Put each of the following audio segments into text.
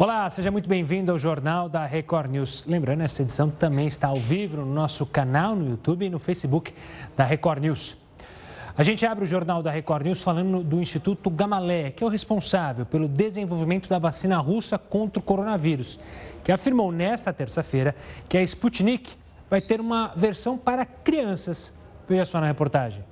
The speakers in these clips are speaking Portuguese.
Olá, seja muito bem-vindo ao Jornal da Record News. Lembrando, essa edição também está ao vivo no nosso canal no YouTube e no Facebook da Record News. A gente abre o Jornal da Record News falando do Instituto Gamaleya, que é o responsável pelo desenvolvimento da vacina russa contra o coronavírus, que afirmou nesta terça-feira que a Sputnik vai ter uma versão para crianças. Veja só na reportagem.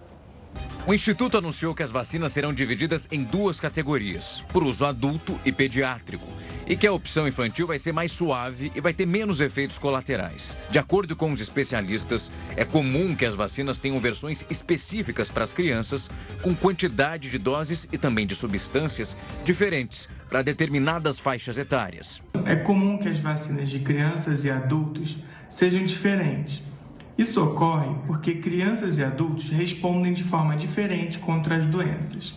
O Instituto anunciou que as vacinas serão divididas em duas categorias, por uso adulto e pediátrico, e que a opção infantil vai ser mais suave e vai ter menos efeitos colaterais. De acordo com os especialistas, é comum que as vacinas tenham versões específicas para as crianças, com quantidade de doses e também de substâncias diferentes para determinadas faixas etárias. É comum que as vacinas de crianças e adultos sejam diferentes. Isso ocorre porque crianças e adultos respondem de forma diferente contra as doenças.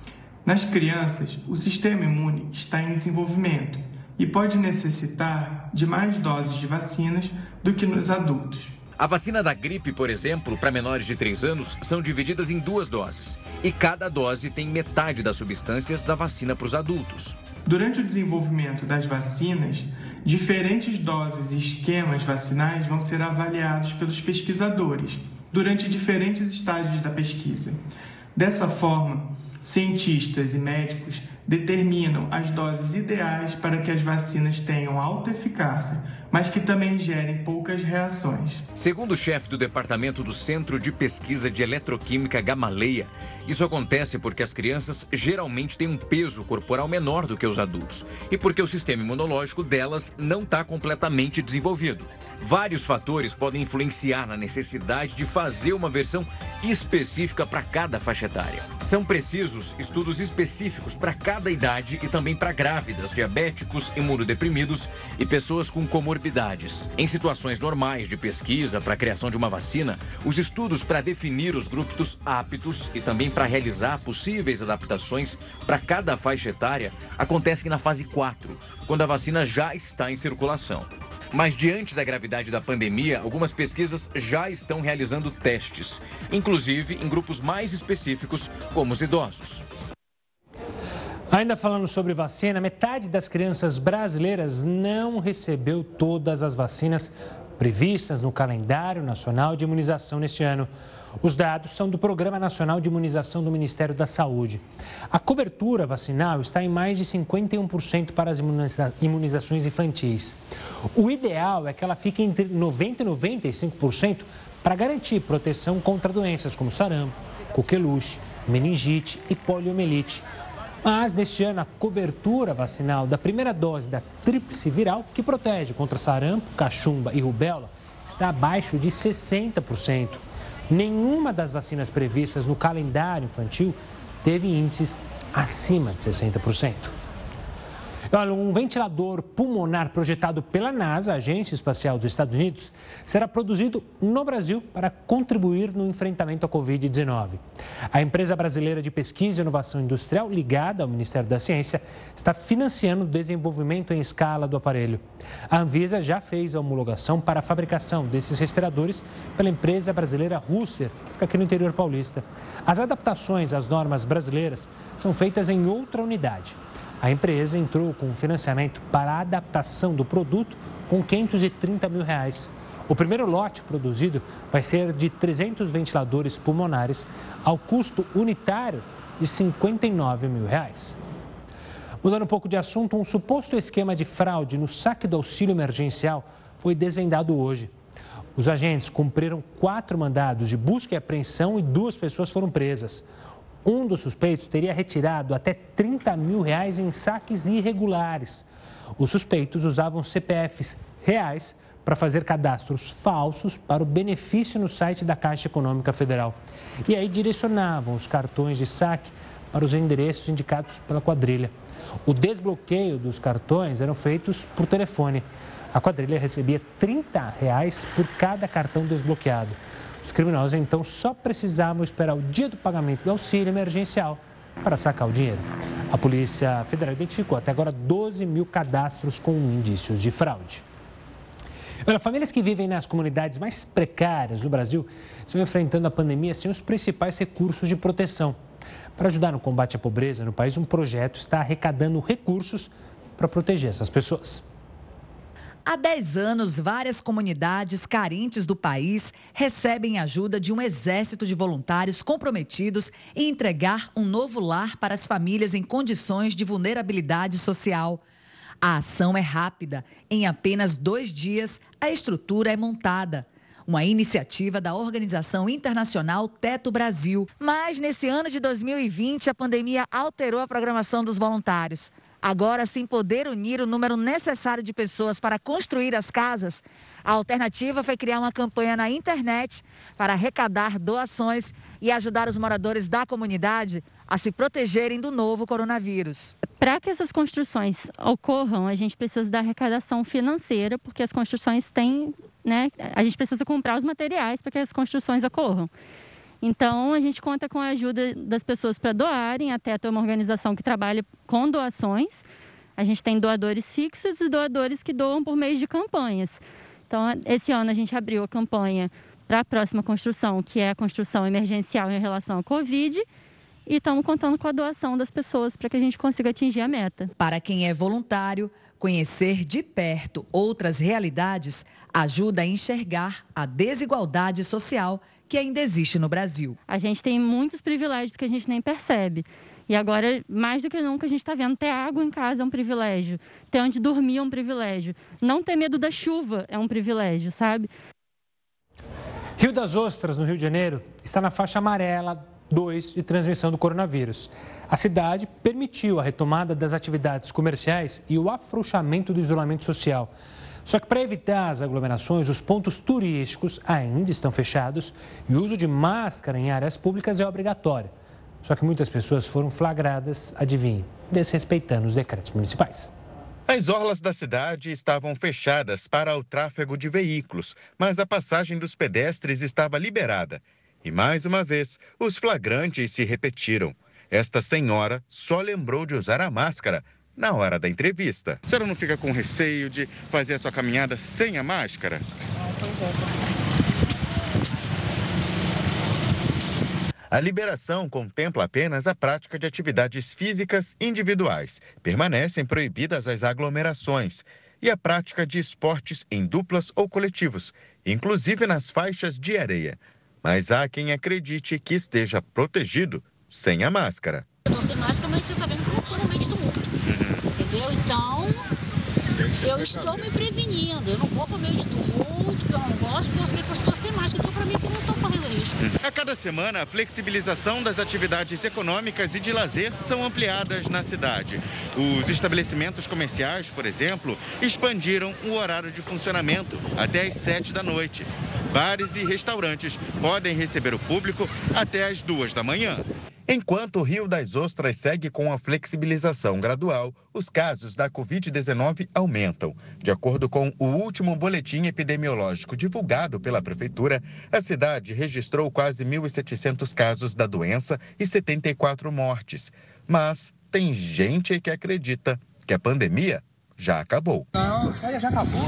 Nas crianças, o sistema imune está em desenvolvimento e pode necessitar de mais doses de vacinas do que nos adultos. A vacina da gripe, por exemplo, para menores de 3 anos, são divididas em 2 doses. E cada dose tem metade das substâncias da vacina para os adultos. Durante o desenvolvimento das vacinas, diferentes doses e esquemas vacinais vão ser avaliados pelos pesquisadores durante diferentes estágios da pesquisa. Dessa forma, cientistas e médicos determinam as doses ideais para que as vacinas tenham alta eficácia, mas que também gerem poucas reações. Segundo o chefe do Departamento do Centro de Pesquisa de Eletroquímica Gamaleya, isso acontece porque as crianças geralmente têm um peso corporal menor do que os adultos e porque o sistema imunológico delas não está completamente desenvolvido. Vários fatores podem influenciar na necessidade de fazer uma versão específica para cada faixa etária. São precisos estudos específicos para cada idade e também para grávidas, diabéticos, imunodeprimidos e pessoas com comorbidades. Em situações normais de pesquisa para a criação de uma vacina, os estudos para definir os grupos aptos e também para realizar possíveis adaptações para cada faixa etária acontecem na fase 4, quando a vacina já está em circulação. Mas diante da gravidade da pandemia, algumas pesquisas já estão realizando testes, inclusive em grupos mais específicos, como os idosos. Ainda falando sobre vacina, metade das crianças brasileiras não recebeu todas as vacinas previstas no calendário nacional de imunização neste ano. Os dados são do Programa Nacional de Imunização do Ministério da Saúde. A cobertura vacinal está em mais de 51% para as imunizações infantis. O ideal é que ela fique entre 90% e 95% para garantir proteção contra doenças como sarampo, coqueluche, meningite e poliomielite. Mas, neste ano, a cobertura vacinal da primeira dose da tríplice viral, que protege contra sarampo, cachumba e rubéola, está abaixo de 60%. Nenhuma das vacinas previstas no calendário infantil teve índices acima de 60%. Olha, um ventilador pulmonar projetado pela NASA, a Agência Espacial dos Estados Unidos, será produzido no Brasil para contribuir no enfrentamento à Covid-19. A empresa brasileira de pesquisa e inovação industrial, ligada ao Ministério da Ciência, está financiando o desenvolvimento em escala do aparelho. A Anvisa já fez a homologação para a fabricação desses respiradores pela empresa brasileira Russer, que fica aqui no interior paulista. As adaptações às normas brasileiras são feitas em outra unidade. A empresa entrou com financiamento para a adaptação do produto com R$530 mil. O primeiro lote produzido vai ser de 300 ventiladores pulmonares ao custo unitário de R$59 mil. Mudando um pouco de assunto, um suposto esquema de fraude no saque do auxílio emergencial foi desvendado hoje. Os agentes cumpriram 4 mandados de busca e apreensão e 2 pessoas foram presas. Um dos suspeitos teria retirado até R$30 mil em saques irregulares. Os suspeitos usavam CPFs reais para fazer cadastros falsos para o benefício no site da Caixa Econômica Federal. E aí direcionavam os cartões de saque para os endereços indicados pela quadrilha. O desbloqueio dos cartões eram feitos por telefone. A quadrilha recebia R$30 por cada cartão desbloqueado. Os criminosos, então, só precisavam esperar o dia do pagamento do auxílio emergencial para sacar o dinheiro. A Polícia Federal identificou até agora 12 mil cadastros com indícios de fraude. Olha, famílias que vivem nas comunidades mais precárias do Brasil estão enfrentando a pandemia sem os principais recursos de proteção. Para ajudar no combate à pobreza no país, um projeto está arrecadando recursos para proteger essas pessoas. Há 10 anos, várias comunidades carentes do país recebem ajuda de um exército de voluntários comprometidos em entregar um novo lar para as famílias em condições de vulnerabilidade social. A ação é rápida. Em apenas 2 dias, a estrutura é montada. Uma iniciativa da organização internacional Teto Brasil. Mas nesse ano de 2020, a pandemia alterou a programação dos voluntários. Agora, sem poder unir o número necessário de pessoas para construir as casas, a alternativa foi criar uma campanha na internet para arrecadar doações e ajudar os moradores da comunidade a se protegerem do novo coronavírus. Para que essas construções ocorram, a gente precisa da arrecadação financeira, porque as construções têm, a gente precisa comprar os materiais para que as construções ocorram. Então, a gente conta com a ajuda das pessoas para doarem. A Teto é uma organização que trabalha com doações. A gente tem doadores fixos e doadores que doam por meio de campanhas. Então, esse ano a gente abriu a campanha para a próxima construção, que é a construção emergencial em relação ao Covid. E estamos contando com a doação das pessoas para que a gente consiga atingir a meta. Para quem é voluntário, conhecer de perto outras realidades ajuda a enxergar a desigualdade social que ainda existe no Brasil. A gente tem muitos privilégios que a gente nem percebe. E agora, mais do que nunca, a gente está vendo ter água em casa é um privilégio. Ter onde dormir é um privilégio. Não ter medo da chuva é um privilégio, sabe? Rio das Ostras, no Rio de Janeiro, está na faixa amarela 2 de transmissão do coronavírus. A cidade permitiu a retomada das atividades comerciais e o afrouxamento do isolamento social. Só que para evitar as aglomerações, os pontos turísticos ainda estão fechados e o uso de máscara em áreas públicas é obrigatório. Só que muitas pessoas foram flagradas, adivinhe, desrespeitando os decretos municipais. As orlas da cidade estavam fechadas para o tráfego de veículos, mas a passagem dos pedestres estava liberada. E mais uma vez, os flagrantes se repetiram. Esta senhora só lembrou de usar a máscara na hora da entrevista. A senhora não fica com receio de fazer a sua caminhada sem a máscara? Pois é. A liberação contempla apenas a prática de atividades físicas individuais. Permanecem proibidas as aglomerações e a prática de esportes em duplas ou coletivos, inclusive nas faixas de areia. Mas há quem acredite que esteja protegido sem a máscara. Eu estou sem máscara, mas você está vendo que eu estou no meio de tumulto. Entendeu? Então, eu estou me prevenindo. Eu não vou para o meio de tumulto, que eu não gosto, porque eu sei que eu estou sem máscara. Então, para mim, eu não estou correndo risco. A cada semana, a flexibilização das atividades econômicas e de lazer são ampliadas na cidade. Os estabelecimentos comerciais, por exemplo, expandiram o horário de funcionamento até às 7 da noite. Bares e restaurantes podem receber o público até às 2 da manhã. Enquanto o Rio das Ostras segue com a flexibilização gradual, os casos da Covid-19 aumentam. De acordo com o último boletim epidemiológico divulgado pela Prefeitura, a cidade registrou quase 1.700 casos da doença e 74 mortes. Mas tem gente que acredita que a pandemia já acabou. Não, isso aí já acabou.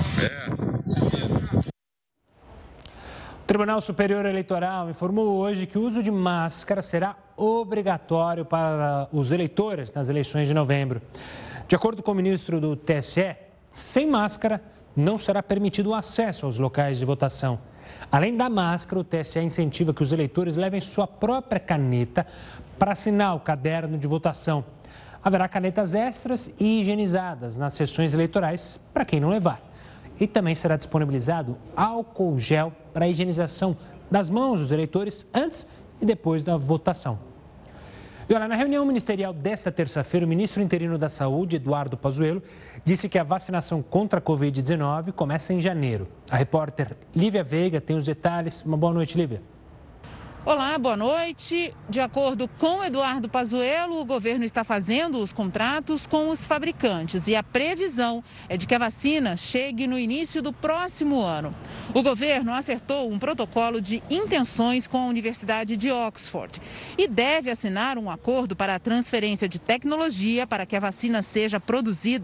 O Tribunal Superior Eleitoral informou hoje que o uso de máscara será obrigatório para os eleitores nas eleições de novembro. De acordo com o ministro do TSE, sem máscara não será permitido o acesso aos locais de votação. Além da máscara, o TSE incentiva que os eleitores levem sua própria caneta para assinar o caderno de votação. Haverá canetas extras e higienizadas nas sessões eleitorais para quem não levar. E também será disponibilizado álcool gel para a higienização das mãos dos eleitores antes e depois da votação. E olha, na reunião ministerial desta terça-feira, o ministro interino da Saúde, Eduardo Pazuello, disse que a vacinação contra a Covid-19 começa em janeiro. A repórter Lívia Veiga tem os detalhes. Uma boa noite, Lívia. Olá, boa noite. De acordo com Eduardo Pazuello, o governo está fazendo os contratos com os fabricantes e a previsão é de que a vacina chegue no início do próximo ano. O governo acertou um protocolo de intenções com a Universidade de Oxford e deve assinar um acordo para a transferência de tecnologia para que a vacina seja produzida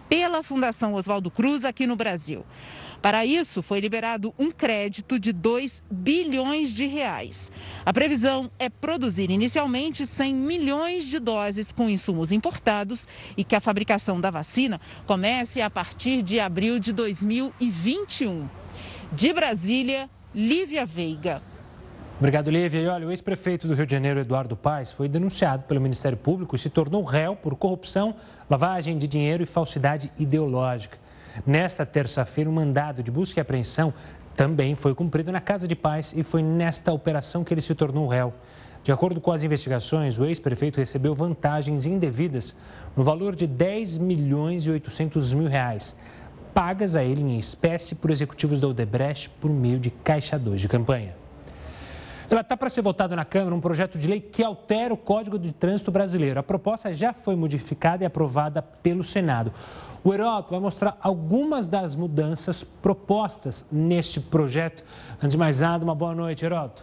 pela Fundação Oswaldo Cruz aqui no Brasil. Para isso, foi liberado um crédito de 2 bilhões de reais. A previsão é produzir inicialmente 100 milhões de doses com insumos importados e que a fabricação da vacina comece a partir de abril de 2021. De Brasília, Lívia Veiga. Obrigado, Lívia. E olha, o ex-prefeito do Rio de Janeiro, Eduardo Paes, foi denunciado pelo Ministério Público e se tornou réu por corrupção, lavagem de dinheiro e falsidade ideológica. Nesta terça-feira, um mandado de busca e apreensão também foi cumprido na casa de Paes e foi nesta operação que ele se tornou réu. De acordo com as investigações, o ex-prefeito recebeu vantagens indevidas no valor de 10 milhões e 800 mil reais, pagas a ele em espécie por executivos da Odebrecht por meio de Caixa 2 de campanha. Ela está para ser votado na Câmara um projeto de lei que altera o Código de Trânsito brasileiro. A proposta já foi modificada e aprovada pelo Senado. O Heródoto vai mostrar algumas das mudanças propostas neste projeto. Antes de mais nada, uma boa noite, Heródoto.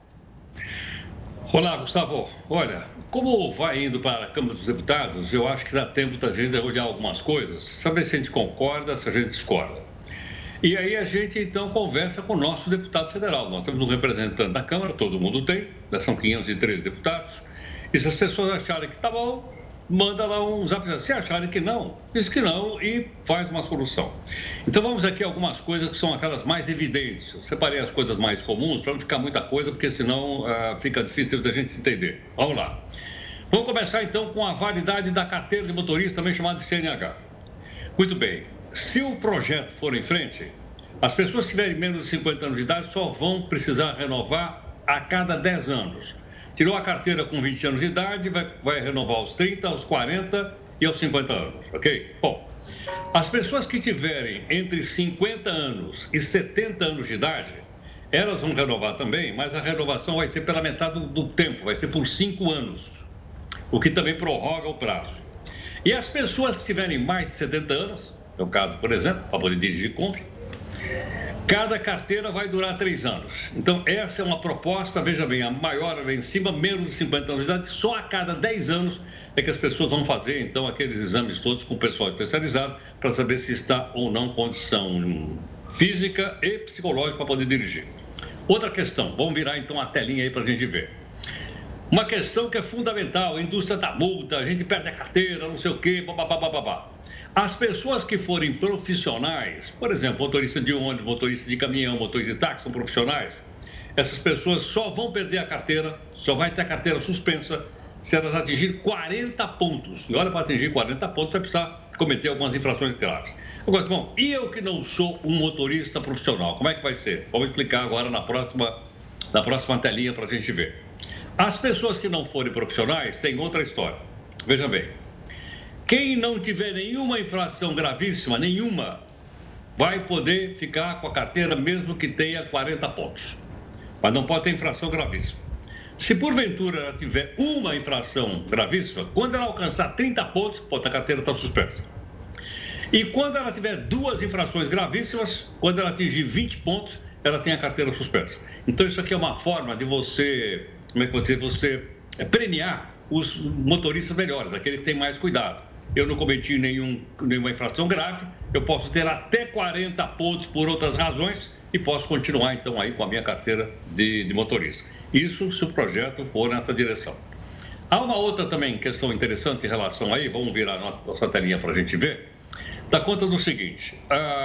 Olá, Gustavo. Olha, como vai indo para a Câmara dos Deputados, eu acho que dá tempo da gente olhar algumas coisas, saber se a gente concorda, se a gente discorda. E aí a gente, então, conversa com o nosso deputado federal. Nós temos um representante da Câmara, todo mundo tem, já são 513 deputados. E se as pessoas acharem que está bom, manda lá um zap. Se acharem que não, diz que não e faz uma solução. Então vamos aqui a algumas coisas que são aquelas mais evidentes. Eu separei as coisas mais comuns para não ficar muita coisa, porque senão fica difícil da gente entender. Vamos lá. Vamos começar então com a validade da carteira de motorista, também chamada de CNH. Muito bem. Se o projeto for em frente, as pessoas que tiverem menos de 50 anos de idade só vão precisar renovar a cada 10 anos. Tirou a carteira com 20 anos de idade, vai renovar aos 30, aos 40 e aos 50 anos, ok? Bom, as pessoas que tiverem entre 50 anos e 70 anos de idade, elas vão renovar também, mas a renovação vai ser pela metade do tempo, vai ser por 5 anos, o que também prorroga o prazo. E as pessoas que tiverem mais de 70 anos, no caso, por exemplo, para poder dirigir Kombi, cada carteira vai durar 3 anos. Então, essa é uma proposta, veja bem, a maior lá em cima, menos de 50 anos de idade, só a cada 10 anos é que as pessoas vão fazer, então, aqueles exames todos com o pessoal especializado para saber se está ou não em condição física e psicológica para poder dirigir. Outra questão, vamos virar então a telinha aí para a gente ver. Uma questão que é fundamental, a indústria da multa, a gente perde a carteira, não sei o quê, babá. As pessoas que forem profissionais, por exemplo, motorista de ônibus, motorista de caminhão, motorista de táxi, são profissionais, essas pessoas só vão perder a carteira, só vai ter a carteira suspensa se elas atingirem 40 pontos. E olha, para atingir 40 pontos vai precisar cometer algumas infrações graves. Agora, bom, e eu que não sou um motorista profissional, como é que vai ser? Vamos explicar agora na próxima telinha para a gente ver. As pessoas que não forem profissionais têm outra história. Veja bem. Quem não tiver nenhuma infração gravíssima, nenhuma, vai poder ficar com a carteira mesmo que tenha 40 pontos. Mas não pode ter infração gravíssima. Se porventura ela tiver uma infração gravíssima, quando ela alcançar 30 pontos, a carteira está suspensa. E quando ela tiver 2 infrações gravíssimas, quando ela atingir 20 pontos, ela tem a carteira suspensa. Então isso aqui é uma forma de você, você premiar os motoristas melhores, aquele que tem mais cuidado. Eu não cometi nenhuma infração grave, eu posso ter até 40 pontos por outras razões e posso continuar, então, aí com a minha carteira de motorista. Isso se o projeto for nessa direção. Há uma outra também questão interessante em relação aí, vamos virar nossa telinha para a gente ver, dá conta do seguinte,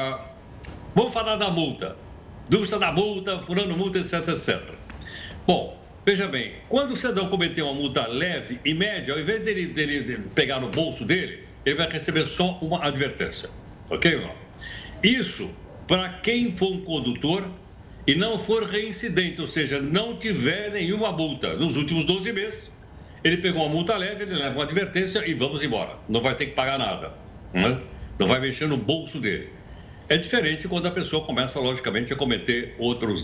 vamos falar da multa, indústria da multa, furando multa, etc, etc. Bom, veja bem, quando o cidadão cometer uma multa leve e média, ao invés dele pegar no bolso dele, ele vai receber só uma advertência. Ok, irmão? Isso para quem for um condutor e não for reincidente, ou seja, não tiver nenhuma multa. Nos últimos 12 meses, ele pegou uma multa leve, ele leva uma advertência e vamos embora. Não vai ter que pagar nada. Não vai mexer no bolso dele. É diferente quando a pessoa começa, logicamente, a cometer outras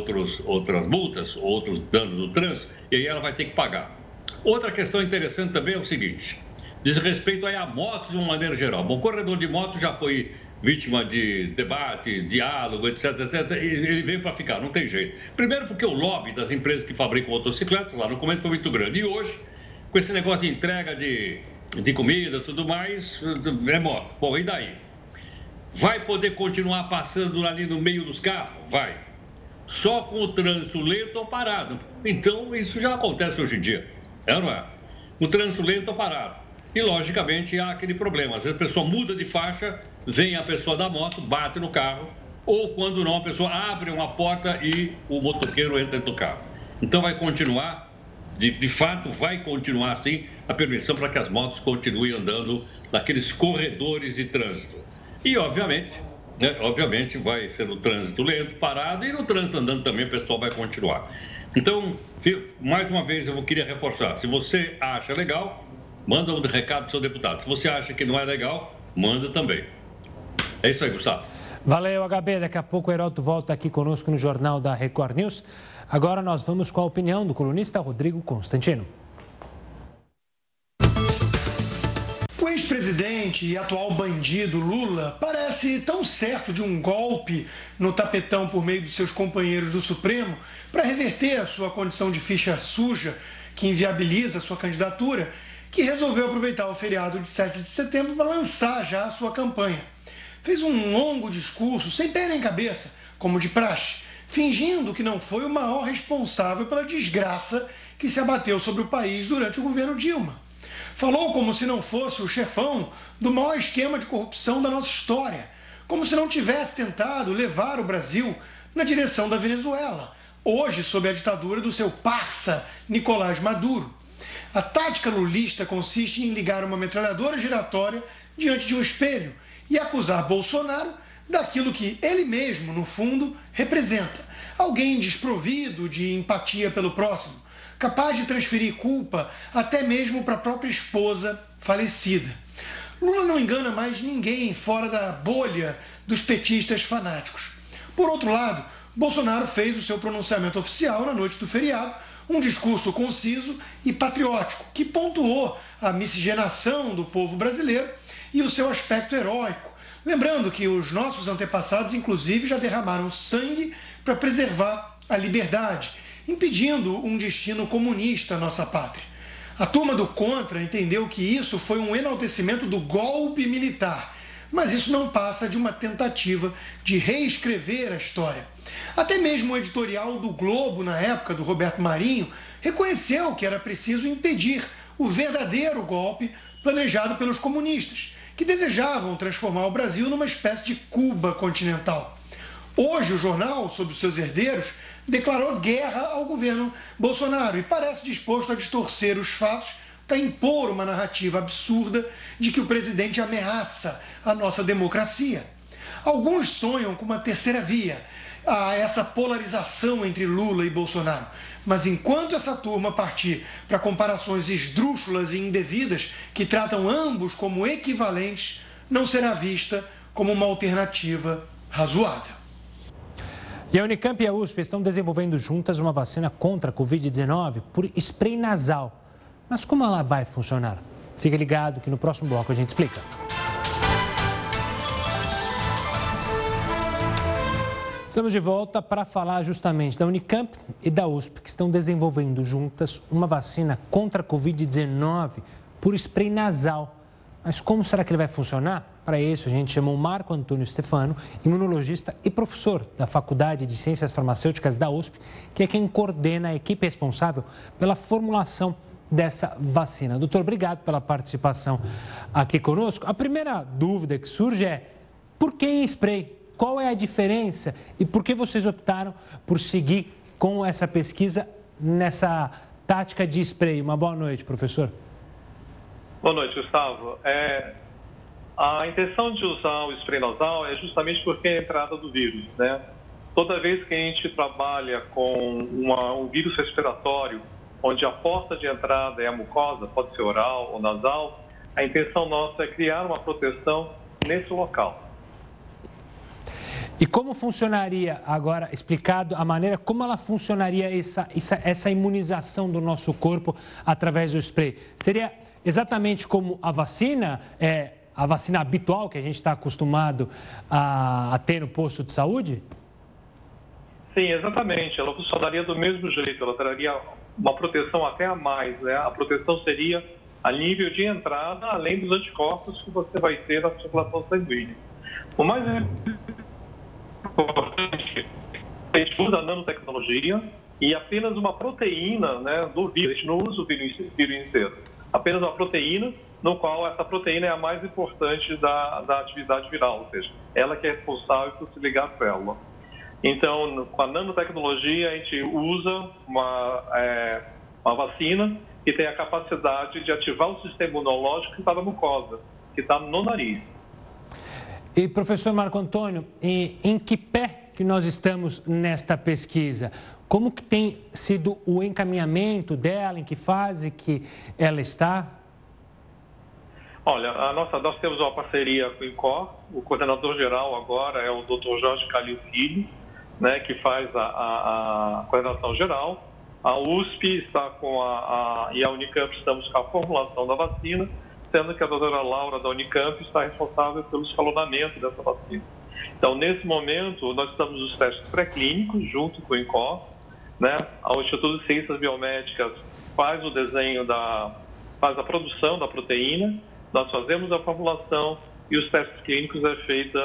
multas, outros danos do trânsito, e aí ela vai ter que pagar. Outra questão interessante também é o seguinte, diz respeito aí a motos de uma maneira geral. Bom, o corredor de moto já foi vítima de debate, diálogo, etc, etc, e ele veio para ficar, não tem jeito. Primeiro porque o lobby das empresas que fabricam motocicletas lá no começo foi muito grande, e hoje, com esse negócio de entrega de de comida, tudo mais, é bom. Bom, e daí? Vai poder continuar passando ali no meio dos carros? Vai. Só com o trânsito lento ou parado. Então, isso já acontece hoje em dia, não é? O trânsito lento ou parado. E, logicamente, há aquele problema. Às vezes a pessoa muda de faixa, vem a pessoa da moto, bate no carro, ou quando não, a pessoa abre uma porta e o motoqueiro entra dentro do carro. Então, vai continuar, de fato, vai continuar assim, a permissão para que as motos continuem andando naqueles corredores de trânsito. E, obviamente, vai ser no trânsito lento, parado, e no trânsito andando também o pessoal vai continuar. Então, mais uma vez, eu queria reforçar, se você acha legal, manda um recado para o seu deputado. Se você acha que não é legal, manda também. É isso aí, Gustavo. Valeu, HB. Daqui a pouco o Heródoto volta aqui conosco no Jornal da Record News. Agora nós vamos com a opinião do colunista Rodrigo Constantino. O ex-presidente e atual bandido Lula parece tão certo de um golpe no tapetão por meio dos seus companheiros do Supremo para reverter a sua condição de ficha suja, que inviabiliza a sua candidatura, que resolveu aproveitar o feriado de 7 de setembro para lançar já a sua campanha. Fez um longo discurso, sem pé nem cabeça, como de praxe, fingindo que não foi o maior responsável pela desgraça que se abateu sobre o país durante o governo Dilma. Falou como se não fosse o chefão do maior esquema de corrupção da nossa história, como se não tivesse tentado levar o Brasil na direção da Venezuela, hoje sob a ditadura do seu parça Nicolás Maduro. A tática lulista consiste em ligar uma metralhadora giratória diante de um espelho e acusar Bolsonaro daquilo que ele mesmo, no fundo, representa. Alguém desprovido de empatia pelo próximo, capaz de transferir culpa até mesmo para a própria esposa falecida. Lula não engana mais ninguém fora da bolha dos petistas fanáticos. Por outro lado, Bolsonaro fez o seu pronunciamento oficial na noite do feriado, um discurso conciso e patriótico, que pontuou a miscigenação do povo brasileiro e o seu aspecto heróico. Lembrando que os nossos antepassados, inclusive, já derramaram sangue para preservar a liberdade, impedindo um destino comunista à nossa pátria. A turma do Contra entendeu que isso foi um enaltecimento do golpe militar, mas isso não passa de uma tentativa de reescrever a história. Até mesmo o editorial do Globo, na época, do Roberto Marinho, reconheceu que era preciso impedir o verdadeiro golpe planejado pelos comunistas, que desejavam transformar o Brasil numa espécie de Cuba continental. Hoje, o jornal, sob os seus herdeiros, declarou guerra ao governo Bolsonaro e parece disposto a distorcer os fatos para impor uma narrativa absurda de que o presidente ameaça a nossa democracia. Alguns sonham com uma terceira via, a essa polarização entre Lula e Bolsonaro. Mas enquanto essa turma partir para comparações esdrúxulas e indevidas, que tratam ambos como equivalentes, não será vista como uma alternativa razoável. E a Unicamp e a USP estão desenvolvendo juntas uma vacina contra a Covid-19 por spray nasal. Mas como ela vai funcionar? Fica ligado que no próximo bloco a gente explica. Estamos de volta para falar justamente da Unicamp e da USP, que estão desenvolvendo juntas uma vacina contra a Covid-19 por spray nasal. Mas como será que ele vai funcionar? Para isso, a gente chamou o Marco Antônio Stefano, imunologista e professor da Faculdade de Ciências Farmacêuticas da USP, que é quem coordena a equipe responsável pela formulação dessa vacina. Doutor, obrigado pela participação aqui conosco. A primeira dúvida que surge é, por que em spray? Qual é a diferença e por que vocês optaram por seguir com essa pesquisa nessa tática de spray? Uma boa noite, professor. Boa noite, Gustavo. A intenção de usar o spray nasal é justamente porque é a entrada do vírus, né? Toda vez que a gente trabalha com um vírus respiratório, onde a porta de entrada é a mucosa, pode ser oral ou nasal, a intenção nossa é criar uma proteção nesse local. E como funcionaria, agora explicado, a maneira como ela funcionaria essa imunização do nosso corpo através do spray? Seria exatamente como a vacina habitual que a gente está acostumado a ter no posto de saúde? Sim, exatamente. Ela funcionaria do mesmo jeito, ela traria uma proteção até a mais, né? A proteção seria a nível de entrada, além dos anticorpos que você vai ter na circulação sanguínea. O mais importante, a gente usa a nanotecnologia e apenas uma proteína, né, do vírus. A gente não usa o vírus inteiro. Apenas uma proteína, no qual essa proteína é a mais importante da atividade viral, ou seja, ela que é responsável por se ligar à célula. Então, com a nanotecnologia, a gente usa uma vacina que tem a capacidade de ativar o sistema imunológico que está na mucosa, que está no nariz. E, professor Marco Antônio, em que pé que nós estamos nesta pesquisa? Como que tem sido o encaminhamento dela, em que fase que ela está? Olha, nós temos uma parceria com o INCOR, o coordenador geral agora é o Dr. Jorge Calil Filho, né, que faz a coordenação geral. A USP está e a Unicamp estamos com a formulação da vacina, sendo que a doutora Laura da Unicamp está responsável pelo escalonamento dessa vacina. Então, nesse momento, nós estamos nos testes pré-clínicos junto com o INCOR, né? O Instituto de Ciências Biomédicas faz o desenho faz a produção da proteína, nós fazemos a formulação e os testes clínicos é feito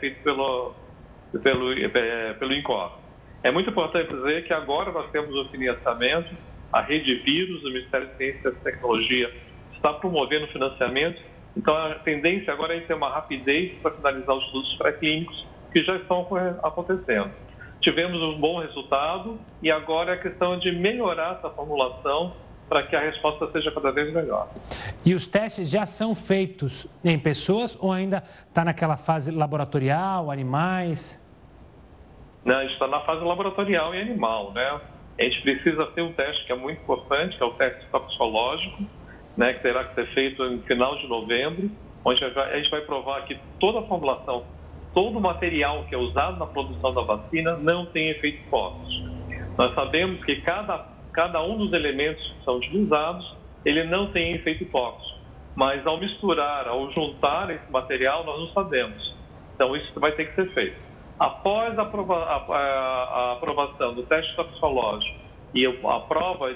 pelo INCOR. É muito importante dizer que agora nós temos o financiamento, a Rede Vírus, o Ministério de Ciência e Tecnologia está promovendo o financiamento, então a tendência agora é ter uma rapidez para finalizar os estudos pré-clínicos que já estão acontecendo. Tivemos um bom resultado e agora é a questão de melhorar essa formulação para que a resposta seja cada vez melhor. E os testes já são feitos em pessoas ou ainda está naquela fase laboratorial, animais? Não, a gente está na fase laboratorial e animal, né? A gente precisa ter um teste que é muito importante, que é o teste toxicológico, né, que terá que ser feito no final de novembro, onde a gente vai provar que toda a formulação, todo o material que é usado na produção da vacina não tem efeito tóxico. Nós sabemos que cada um dos elementos que são utilizados, ele não tem efeito tóxico, mas ao misturar, ao juntar esse material, nós não sabemos. Então, isso vai ter que ser feito. Após a aprovação do teste toxicológico e a prova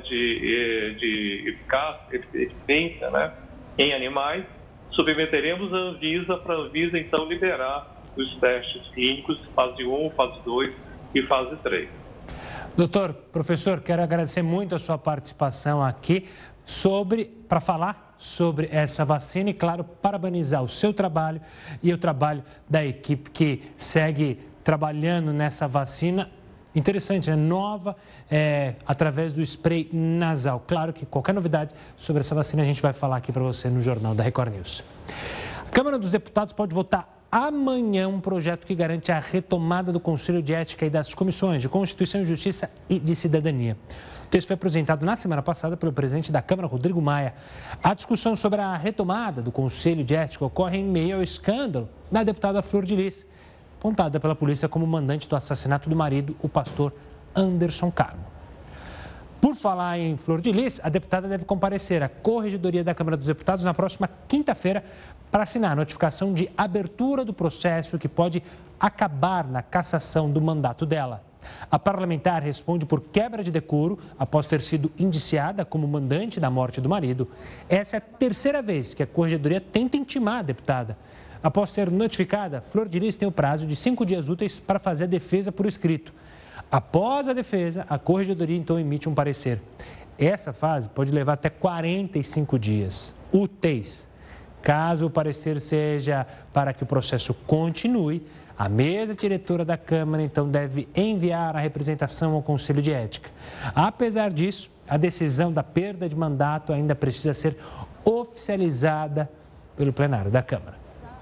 de eficiência, né, em animais, submeteremos a Anvisa para a Anvisa, então, liberar os testes clínicos, fase 1, fase 2 e fase 3. Doutor, professor, quero agradecer muito a sua participação aqui para falar sobre essa vacina e, claro, parabenizar o seu trabalho e o trabalho da equipe que segue trabalhando nessa vacina. Interessante, né? Nova, através do spray nasal. Claro que qualquer novidade sobre essa vacina a gente vai falar aqui para você no Jornal da Record News. A Câmara dos Deputados pode votar amanhã um projeto que garante a retomada do Conselho de Ética e das Comissões de Constituição e Justiça e de Cidadania. O texto foi apresentado na semana passada pelo presidente da Câmara, Rodrigo Maia. A discussão sobre a retomada do Conselho de Ética ocorre em meio ao escândalo da deputada Flor de Lis, apontada pela polícia como mandante do assassinato do marido, o pastor Anderson Carmo. Por falar em Flor de Lis, a deputada deve comparecer à Corregedoria da Câmara dos Deputados na próxima quinta-feira para assinar a notificação de abertura do processo que pode acabar na cassação do mandato dela. A parlamentar responde por quebra de decoro após ter sido indiciada como mandante da morte do marido. Essa é a terceira vez que a Corregedoria tenta intimar a deputada. Após ser notificada, Flor de Lis tem o prazo de 5 dias úteis para fazer a defesa por escrito. Após a defesa, a Corregedoria então emite um parecer. Essa fase pode levar até 45 dias úteis. Caso o parecer seja para que o processo continue, a mesa diretora da Câmara então deve enviar a representação ao Conselho de Ética. Apesar disso, a decisão da perda de mandato ainda precisa ser oficializada pelo plenário da Câmara.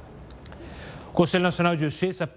O Conselho Nacional de Justiça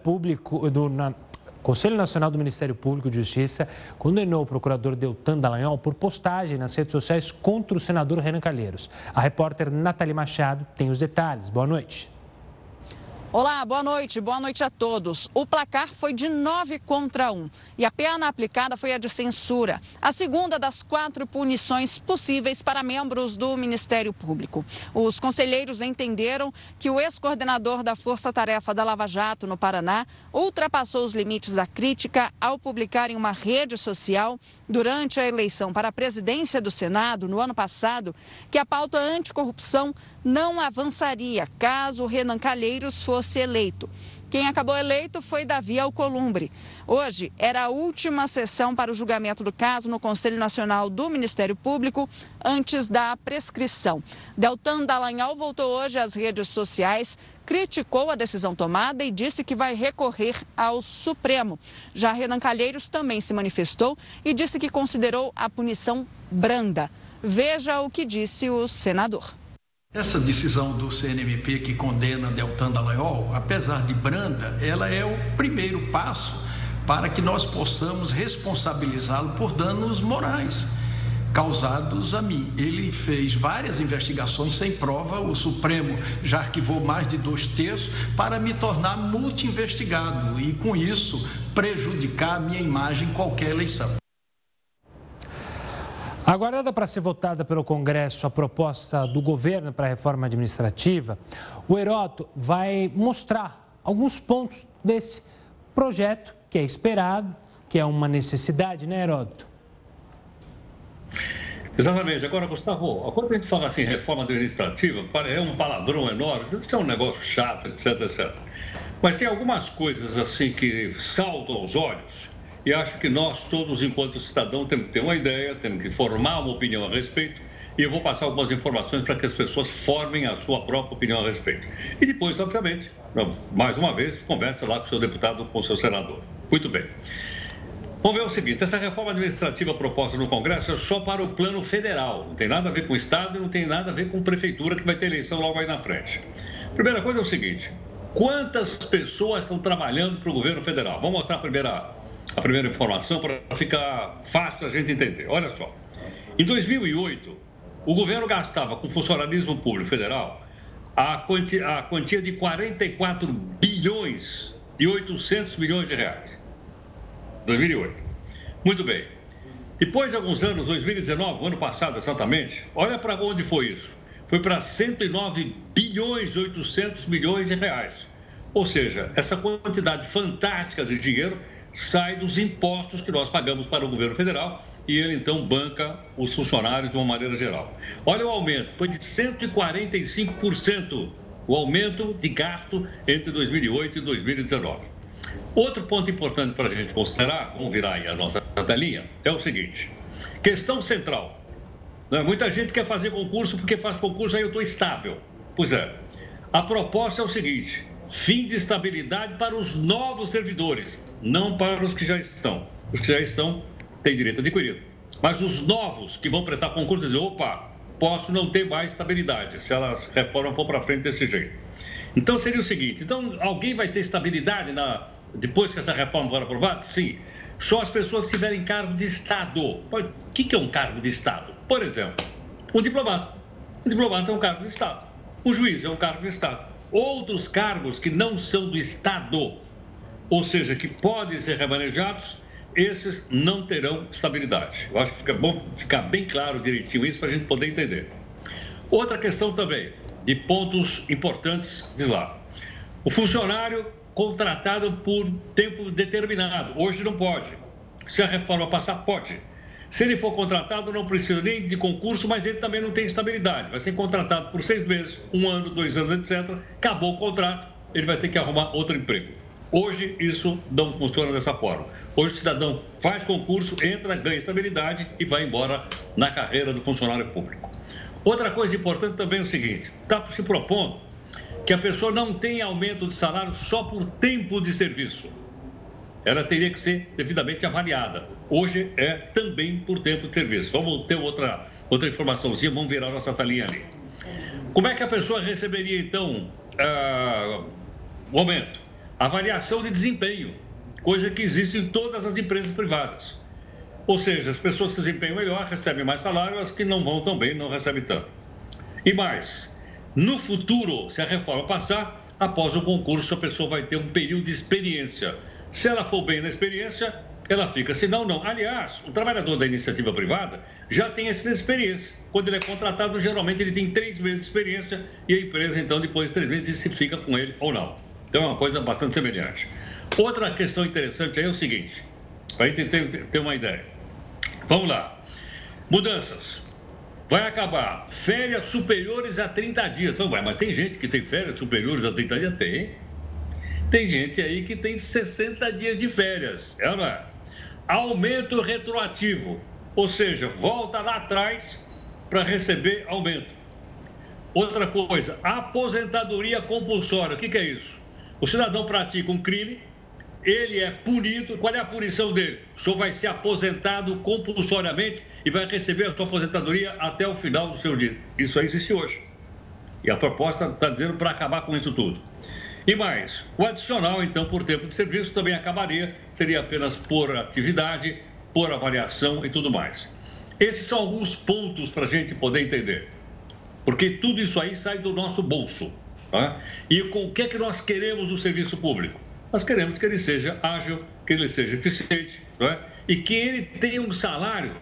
Conselho Nacional do Ministério Público de Justiça condenou o procurador Deltan Dallagnol por postagem nas redes sociais contra o senador Renan Calheiros. A repórter Nathalie Machado tem os detalhes. Boa noite. Olá, boa noite a todos. O placar foi de 9-1 e a pena aplicada foi a de censura, a segunda das 4 punições possíveis para membros do Ministério Público. Os conselheiros entenderam que o ex-coordenador da Força Tarefa da Lava Jato no Paraná ultrapassou os limites da crítica ao publicar em uma rede social, durante a eleição para a presidência do Senado no ano passado, que a pauta anticorrupção não avançaria caso Renan Calheiros fosse eleito. Quem acabou eleito foi Davi Alcolumbre. Hoje era a última sessão para o julgamento do caso no Conselho Nacional do Ministério Público, antes da prescrição. Deltan Dallagnol voltou hoje às redes sociais, criticou a decisão tomada e disse que vai recorrer ao Supremo. Já Renan Calheiros também se manifestou e disse que considerou a punição branda. Veja o que disse o senador. Essa decisão do CNMP que condena Deltan Dallagnol, apesar de branda, ela é o primeiro passo para que nós possamos responsabilizá-lo por danos morais causados a mim. Ele fez várias investigações sem prova, o Supremo já arquivou mais de 2/3 para me tornar multi-investigado e, com isso, prejudicar a minha imagem em qualquer eleição. Aguardada para ser votada pelo Congresso a proposta do governo para a reforma administrativa, o Heródoto vai mostrar alguns pontos desse projeto que é esperado, que é uma necessidade, né, Heródoto? Exatamente. Agora, Gustavo, quando a gente fala assim, reforma administrativa, é um palavrão enorme, isso é um negócio chato, etc, etc. Mas tem algumas coisas assim que saltam aos olhos e acho que nós todos, enquanto cidadão, temos que ter uma ideia, temos que formar uma opinião a respeito e eu vou passar algumas informações para que as pessoas formem a sua própria opinião a respeito. E depois, obviamente, mais uma vez, conversa lá com o seu deputado, com o seu senador. Muito bem. Vamos ver o seguinte, essa reforma administrativa proposta no Congresso é só para o plano federal, não tem nada a ver com o Estado e não tem nada a ver com prefeitura, que vai ter eleição logo aí na frente. Primeira coisa é o seguinte, quantas pessoas estão trabalhando para o governo federal? Vamos mostrar a primeira informação para ficar fácil a gente entender. Olha só, em 2008, o governo gastava com funcionalismo público federal a quantia de 44 bilhões e 800 milhões de reais. 2008. Muito bem. Depois de alguns anos, 2019, o ano passado exatamente, olha para onde foi isso. Foi para 109 bilhões e 800 milhões de reais. Ou seja, essa quantidade fantástica de dinheiro sai dos impostos que nós pagamos para o governo federal e ele então banca os funcionários de uma maneira geral. Olha o aumento, foi de 145% o aumento de gasto entre 2008 e 2019. Outro ponto importante para a gente considerar, vamos virar aí a nossa telinha, é o seguinte, questão central. Muita gente quer fazer concurso porque faz concurso, aí eu estou estável. Pois é, a proposta é o seguinte, fim de estabilidade para os novos servidores, não para os que já estão. Os que já estão têm direito adquirido. Mas os novos que vão prestar concurso dizem, opa, posso não ter mais estabilidade, se a reforma for para frente desse jeito. Então seria o seguinte, então alguém vai ter estabilidade depois que essa reforma for aprovada? Sim, só as pessoas que tiverem cargo de Estado. O que é um cargo de Estado? Por exemplo, um diplomata. Um diplomata é um cargo de Estado. Um juiz é um cargo de Estado. Outros cargos que não são do Estado, ou seja, que podem ser remanejados, esses não terão estabilidade. Eu acho que fica bom ficar bem claro direitinho isso para a gente poder entender. Outra questão também, de pontos importantes, diz lá. O funcionário contratado por tempo determinado, hoje não pode. Se a reforma passar, pode. Se ele for contratado, não precisa nem de concurso, mas ele também não tem estabilidade. Vai ser contratado por 6 meses, 1 ano, 2 anos, etc. Acabou o contrato, ele vai ter que arrumar outro emprego. Hoje isso não funciona dessa forma. Hoje o cidadão faz concurso, entra, ganha estabilidade e vai embora na carreira do funcionário público. Outra coisa importante também é o seguinte, está se propondo que a pessoa não tenha aumento de salário só por tempo de serviço. Ela teria que ser devidamente avaliada. Hoje é também por tempo de serviço. Vamos ter outra informaçãozinha, vamos virar a nossa telinha ali. Como é que a pessoa receberia, então, o aumento? Avaliação de desempenho, coisa que existe em todas as empresas privadas. Ou seja, as pessoas que desempenham melhor recebem mais salário, as que não vão tão bem não recebem tanto. E mais, no futuro, se a reforma passar, após o concurso, a pessoa vai ter um período de experiência. Se ela for bem na experiência, ela fica. Se não, não. Aliás, o trabalhador da iniciativa privada já tem essa experiência. Quando ele é contratado, geralmente ele tem 3 meses de experiência e a empresa, então, depois de 3 meses, se fica com ele ou não. Então, é uma coisa bastante semelhante. Outra questão interessante aí é o seguinte, para a gente ter uma ideia. Vamos lá. Mudanças. Vai acabar férias superiores a 30 dias. Mas tem gente que tem férias superiores a 30 dias? Tem gente aí que tem 60 dias de férias. É ou não é? Aumento retroativo. Ou seja, volta lá atrás para receber aumento. Outra coisa, aposentadoria compulsória. O que é isso? O cidadão pratica um crime, ele é punido. Qual é a punição dele? O senhor vai ser aposentado compulsoriamente e vai receber a sua aposentadoria até o final do seu dia. Isso aí existe hoje. E a proposta está dizendo para acabar com isso tudo. E mais, o adicional, então, por tempo de serviço também acabaria, seria apenas por atividade, por avaliação e tudo mais. Esses são alguns pontos para a gente poder entender. Porque tudo isso aí sai do nosso bolso. Tá? E com o que é que nós queremos do serviço público? Nós queremos que ele seja ágil, que ele seja eficiente, não é? E que ele tenha um salário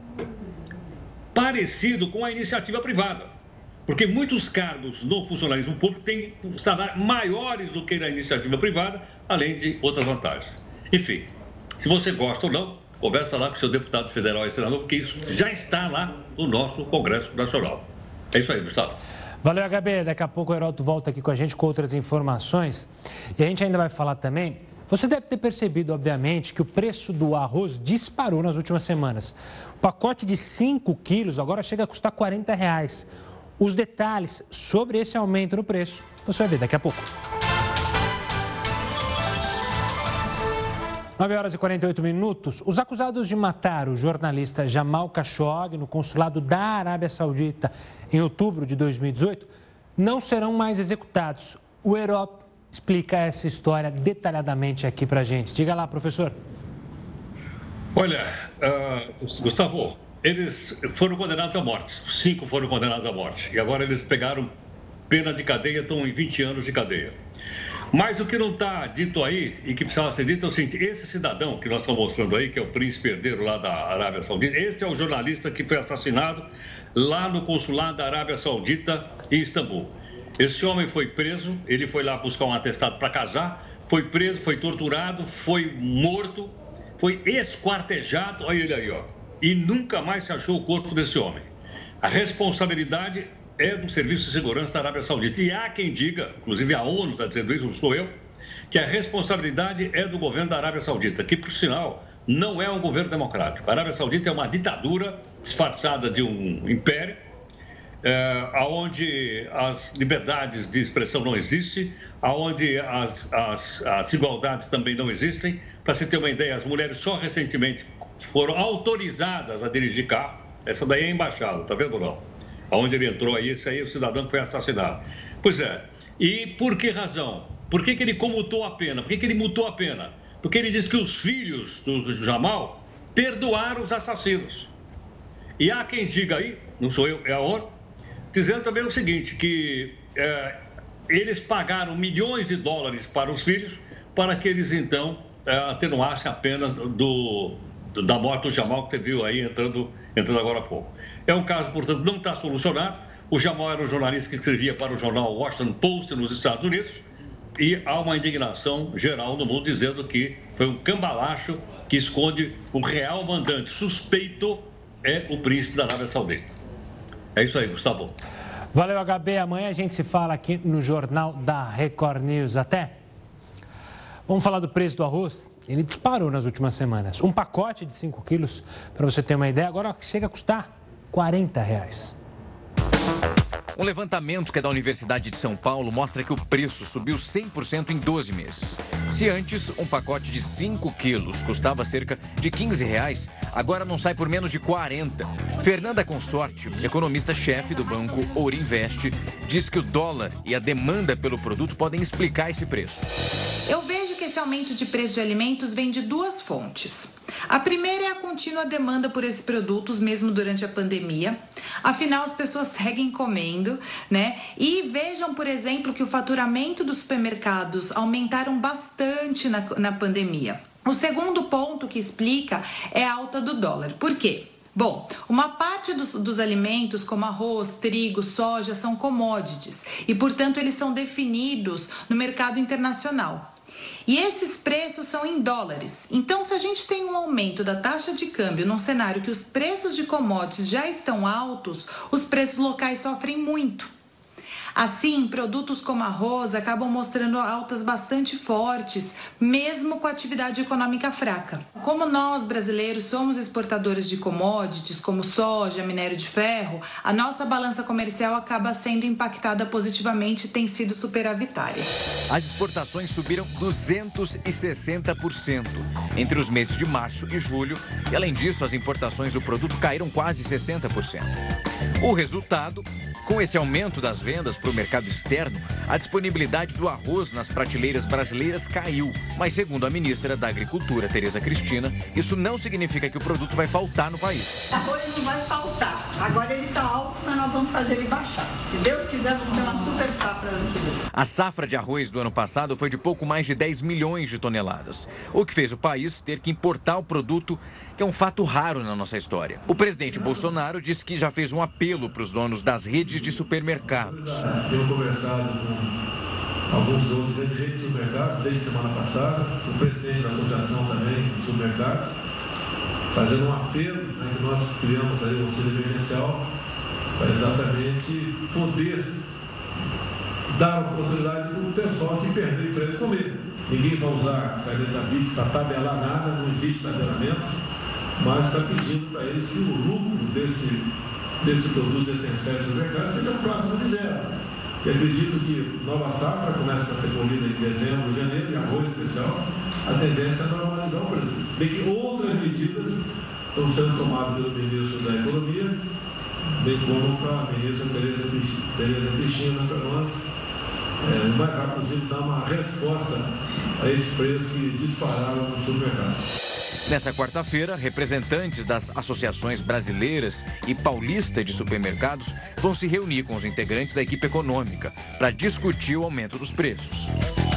parecido com a iniciativa privada. Porque muitos cargos no funcionalismo público têm salários maiores do que na iniciativa privada, além de outras vantagens. Enfim, se você gosta ou não, conversa lá com o seu deputado federal e senador, porque isso já está lá no nosso Congresso Nacional. É isso aí, Gustavo. Valeu, HB. Daqui a pouco o Heródoto volta aqui com a gente com outras informações. E a gente ainda vai falar também. Você deve ter percebido, obviamente, que o preço do arroz disparou nas últimas semanas. O pacote de 5 quilos agora chega a custar R$40. Os detalhes sobre esse aumento no preço você vai ver daqui a pouco. 9h48. Os acusados de matar o jornalista Jamal Khashoggi no consulado da Arábia Saudita em outubro de 2018 não serão mais executados. O Heródoto explica essa história detalhadamente aqui pra gente. Diga lá, professor. Olha, Gustavo, eles foram condenados à morte. 5 foram condenados à morte. E agora eles pegaram pena de cadeia, estão em 20 anos de cadeia. Mas o que não está dito aí, e que precisava ser dito, é o seguinte: esse cidadão que nós estamos mostrando aí, que é o príncipe herdeiro lá da Arábia Saudita, esse é o jornalista que foi assassinado lá no consulado da Arábia Saudita em Istambul. Esse homem foi preso, ele foi lá buscar um atestado para casar, foi preso, foi torturado, foi morto, foi esquartejado, olha ele aí, ó, e nunca mais se achou o corpo desse homem. A responsabilidade é do Serviço de Segurança da Arábia Saudita. E há quem diga, inclusive a ONU está dizendo isso, não sou eu, que a responsabilidade é do governo da Arábia Saudita, que, por sinal, não é um governo democrático. A Arábia Saudita é uma ditadura disfarçada de um império, onde as liberdades de expressão não existem, onde as igualdades também não existem. Para se ter uma ideia, as mulheres só recentemente foram autorizadas a dirigir carro. Essa daí é a embaixada, está vendo ou não? Aonde ele entrou aí, esse aí é o cidadão que foi assassinado. Pois é. E por que razão? Por que ele comutou a pena? Por que ele mutou a pena? Porque ele disse que os filhos do Jamal perdoaram os assassinos. E há quem diga aí, não sou eu, é a ONU, dizendo também o seguinte, que eles pagaram milhões de dólares para os filhos para que eles, então, atenuassem a pena da morte do Jamal, que você viu aí entrando agora há pouco. É um caso, portanto, não está solucionado. O Jamal era um jornalista que escrevia para o jornal Washington Post nos Estados Unidos e há uma indignação geral no mundo dizendo que foi um cambalacho que esconde o real mandante suspeito é o príncipe da Arábia Saudita. É isso aí, Gustavo. Valeu, HB. Amanhã a gente se fala aqui no Jornal da Record News. Até. Vamos falar do preço do arroz? Ele disparou nas últimas semanas. Um pacote de 5 quilos, para você ter uma ideia, agora chega a custar R$40. Um levantamento que é da Universidade de São Paulo mostra que o preço subiu 100% em 12 meses. Se antes um pacote de 5 quilos custava cerca de R$15, agora não sai por menos de 40. Fernanda Consorte, economista-chefe do banco Ourinvest, diz que o dólar e a demanda pelo produto podem explicar esse preço. Eu vejo que esse aumento de preço de alimentos vem de duas fontes. A primeira é a contínua demanda por esses produtos, mesmo durante a pandemia. Afinal, as pessoas seguem comendo, né? E vejam, por exemplo, que o faturamento dos supermercados aumentaram bastante na pandemia. O segundo ponto que explica é a alta do dólar. Por quê? Bom, uma parte dos alimentos, como arroz, trigo, soja, são commodities e, portanto, eles são definidos no mercado internacional. E esses preços são em dólares. Então, se a gente tem um aumento da taxa de câmbio num cenário que os preços de commodities já estão altos, os preços locais sofrem muito. Assim, produtos como arroz acabam mostrando altas bastante fortes, mesmo com a atividade econômica fraca. Como nós, brasileiros, somos exportadores de commodities, como soja, minério de ferro, a nossa balança comercial acaba sendo impactada positivamente e tem sido superavitária. As exportações subiram 260% entre os meses de março e julho, e além disso, as importações do produto caíram quase 60%. O resultado... Com esse aumento das vendas para o mercado externo, a disponibilidade do arroz nas prateleiras brasileiras caiu. Mas, segundo a ministra da Agricultura, Tereza Cristina, isso não significa que o produto vai faltar no país. Arroz não vai faltar. Agora ele está alto, mas nós vamos fazer ele baixar. Se Deus quiser, vamos ter uma super safra ano que vem. A safra de arroz do ano passado foi de pouco mais de 10 milhões de toneladas, o que fez o país ter que importar o produto, que é um fato raro na nossa história. O presidente Bolsonaro disse que já fez um apelo para os donos das redes de supermercados. Tenho conversado com alguns donos de redes de supermercados desde semana passada, o presidente da associação também de supermercados, fazendo um apelo, né, que nós criamos aí o auxílio emergencial para exatamente poder dar oportunidade para o pessoal que perdeu o emprego comer. Ninguém vai usar caneta BIC para tabelar nada, não existe tabelamento, mas está pedindo para eles que o lucro desses produtos essenciais do mercado seja próximo de zero. E acredito que nova safra começa a ser colhida em dezembro, janeiro, de arroz especial, a tendência é normalizar o preço. Bem que outras medidas estão sendo tomadas pelo ministro da Economia, bem como para a ministra Tereza Cristina, para nós, o mais rápido possível, dar uma resposta a esses preços que dispararam no supermercado. Nessa quarta-feira, representantes das associações brasileiras e paulista de supermercados vão se reunir com os integrantes da equipe econômica para discutir o aumento dos preços.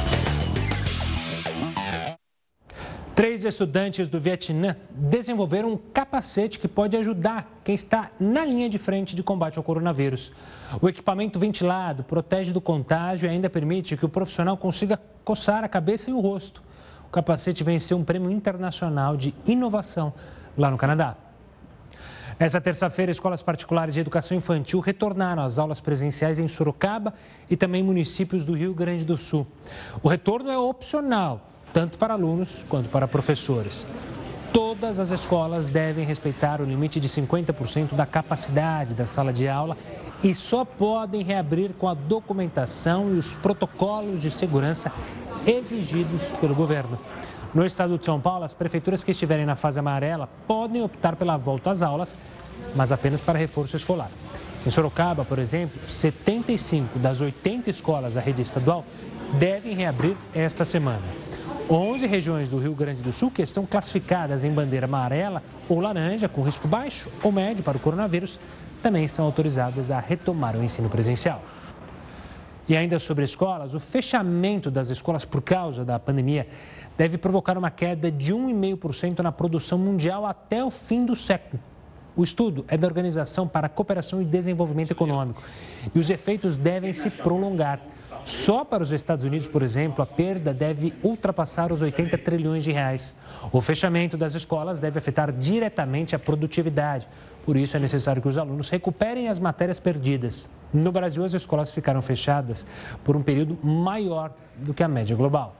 3 estudantes do Vietnã desenvolveram um capacete que pode ajudar quem está na linha de frente de combate ao coronavírus. O equipamento ventilado protege do contágio e ainda permite que o profissional consiga coçar a cabeça e o rosto. O capacete venceu um prêmio internacional de inovação lá no Canadá. Nessa terça-feira, escolas particulares de educação infantil retornaram às aulas presenciais em Sorocaba e também em municípios do Rio Grande do Sul. O retorno é opcional, tanto para alunos quanto para professores. Todas as escolas devem respeitar o limite de 50% da capacidade da sala de aula e só podem reabrir com a documentação e os protocolos de segurança exigidos pelo governo. No estado de São Paulo, as prefeituras que estiverem na fase amarela podem optar pela volta às aulas, mas apenas para reforço escolar. Em Sorocaba, por exemplo, 75 das 80 escolas da rede estadual devem reabrir esta semana. 11 regiões do Rio Grande do Sul que estão classificadas em bandeira amarela ou laranja, com risco baixo ou médio para o coronavírus, também são autorizadas a retomar o ensino presencial. E ainda sobre escolas, o fechamento das escolas por causa da pandemia deve provocar uma queda de 1,5% na produção mundial até o fim do século. O estudo é da Organização para a Cooperação e Desenvolvimento Econômico e os efeitos devem se prolongar. Só para os Estados Unidos, por exemplo, a perda deve ultrapassar os 80 trilhões de reais. O fechamento das escolas deve afetar diretamente a produtividade. Por isso, é necessário que os alunos recuperem as matérias perdidas. No Brasil, as escolas ficaram fechadas por um período maior do que a média global.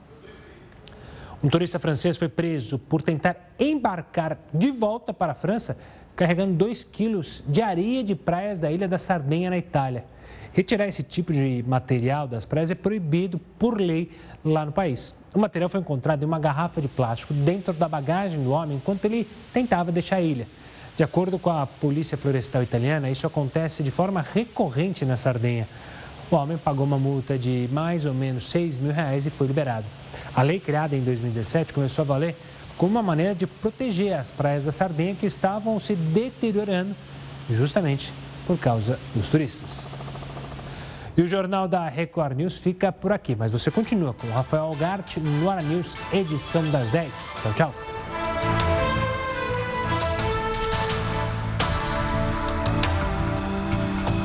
Um turista francês foi preso por tentar embarcar de volta para a França, carregando 2 quilos de areia de praias da ilha da Sardenha, na Itália. Retirar esse tipo de material das praias é proibido por lei lá no país. O material foi encontrado em uma garrafa de plástico dentro da bagagem do homem enquanto ele tentava deixar a ilha. De acordo com a Polícia Florestal Italiana, isso acontece de forma recorrente na Sardenha. O homem pagou uma multa de mais ou menos R$6 mil e foi liberado. A lei criada em 2017 começou a valer como uma maneira de proteger as praias da Sardenha que estavam se deteriorando justamente por causa dos turistas. E o Jornal da Record News fica por aqui, mas você continua com o Rafael Algarte no Hora News, edição das 10. Tchau, tchau.